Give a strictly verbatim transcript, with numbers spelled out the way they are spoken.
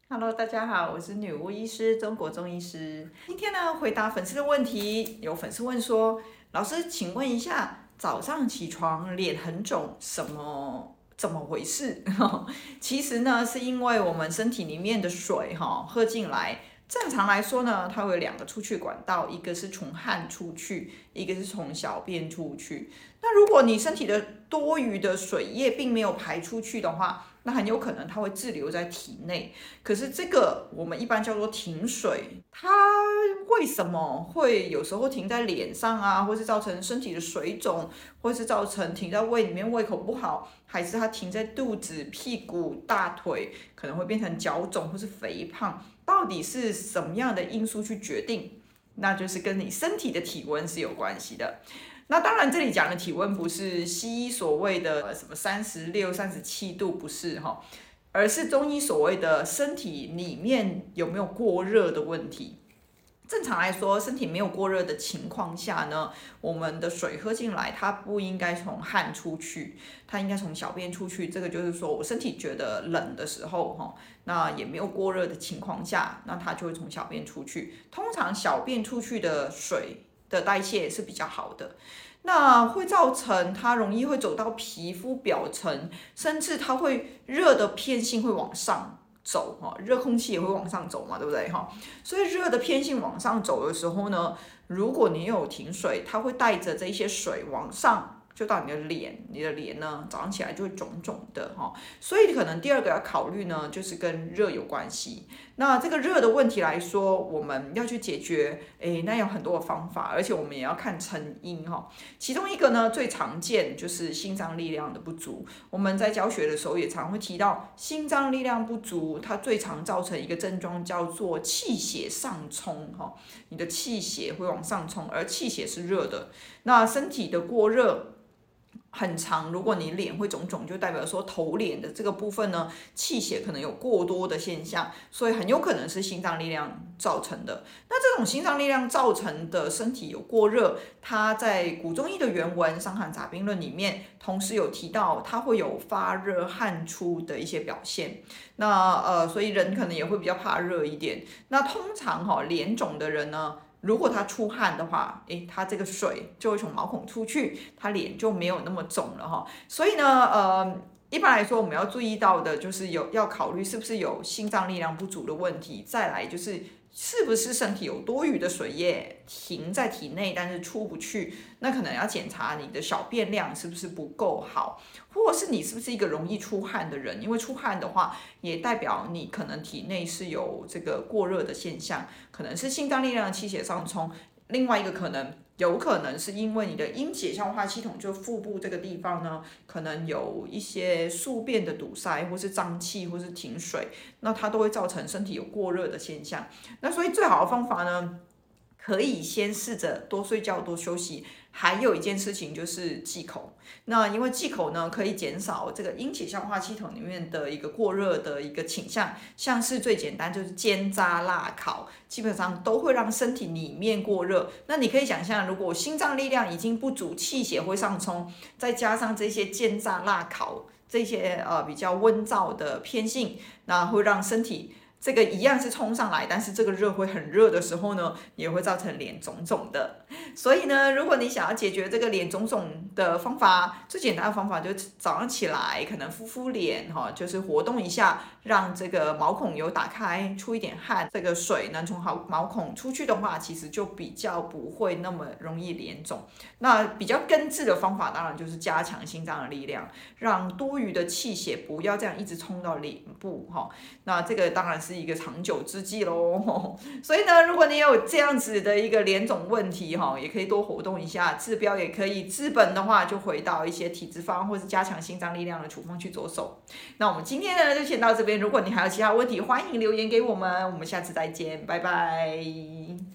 Hello，大家好，我是女巫医师，中国中医师。今天呢，回答粉丝的问题，有粉丝问说，老师，请问一下，早上起床脸很肿，什么怎么回事？其实呢，是因为我们身体里面的水哈喝进来。正常来说呢，它会有两个出去管道，一个是从汗出去，一个是从小便出去。那如果你身体的多余的水液并没有排出去的话，那很有可能它会滞留在体内。可是这个我们一般叫做停水，它为什么会有时候停在脸上啊，或是造成身体的水肿，或是造成停在胃里面胃口不好，还是它停在肚子、屁股、大腿，可能会变成脚肿或是肥胖，到底是什么样的因素去决定？那就是跟你身体的体温是有关系的。那当然，这里讲的体温不是西医所谓的什么三十六、三十七度，不是哈，而是中医所谓的身体里面有没有过热的问题。正常来说，身体没有过热的情况下呢，我们的水喝进来，它不应该从汗出去，它应该从小便出去。这个就是说我身体觉得冷的时候，哈，那也没有过热的情况下，那它就会从小便出去。通常小便出去的水的代谢是比较好的，那会造成它容易会走到皮肤表层，甚至它会热的偏性会往上走哈，热空气也会往上走嘛，对不对哈？所以热的偏性往上走的时候呢，如果你有停水，它会带着这些水往上。就到你的脸，你的脸呢，早上起来就会肿肿的哈，所以可能第二个要考虑呢，就是跟热有关系。那这个热的问题来说，我们要去解决，诶，那有很多的方法，而且我们也要看成因哈。其中一个呢，最常见就是心脏力量的不足。我们在教学的时候也常会提到，心脏力量不足，它最常造成一个症状叫做气血上冲哈，你的气血会往上冲，而气血是热的，那身体的过热。很长，如果你脸会肿肿，就代表说头脸的这个部分呢，气血可能有过多的现象，所以很有可能是心脏力量造成的。那这种心脏力量造成的身体有过热，它在古中医的原文《伤寒杂病论》里面，同时有提到它会有发热汗出的一些表现。那呃，所以人可能也会比较怕热一点。那通常哈、哦，脸肿的人呢，如果他出汗的话，诶，他这个水就会从毛孔出去，他脸就没有那么肿了哈。所以呢，呃，一般来说我们要注意到的就是有要考虑是不是有心脏力量不足的问题，再来就是是不是身体有多余的水液停在体内，但是出不去，那可能要检查你的小便量是不是不够好，或者是你是不是一个容易出汗的人，因为出汗的话，也代表你可能体内是有这个过热的现象，可能是心脏力量的气血上冲，另外一个可能。有可能是因为你的阴血消化系统，就腹部这个地方呢，可能有一些宿便的堵塞，或是胀气，或是停水，那它都会造成身体有过热的现象。那所以最好的方法呢，可以先试着多睡觉、多休息。还有一件事情就是忌口，那因为忌口呢，可以减少这个阴血消化系统里面的一个过热的一个倾向，像是最简单就是煎炸辣烤，基本上都会让身体里面过热。那你可以想象，如果心脏力量已经不足，气血会上冲，再加上这些煎炸辣烤这些呃比较温燥的偏性，那会让身体。这个一样是冲上来，但是这个热会很热的时候呢，也会造成脸肿肿的。所以呢，如果你想要解决这个脸肿肿的方法，最简单的方法就是早上起来可能敷敷脸哈，就是活动一下，让这个毛孔有打开，出一点汗，这个水能从毛毛孔出去的话，其实就比较不会那么容易脸肿。那比较根治的方法，当然就是加强心脏的力量，让多余的气血不要这样一直冲到脸部哈。那这个当然是一个长久之计喽。所以呢，如果你有这样子的一个脸肿问题哈，也可以多活动一下，治标也可以，治本的话就回到一些体质方或是加强心脏力量的处方去着手。那我们今天呢就先到这边，如果你还有其他问题，欢迎留言给我们，我们下次再见，拜拜。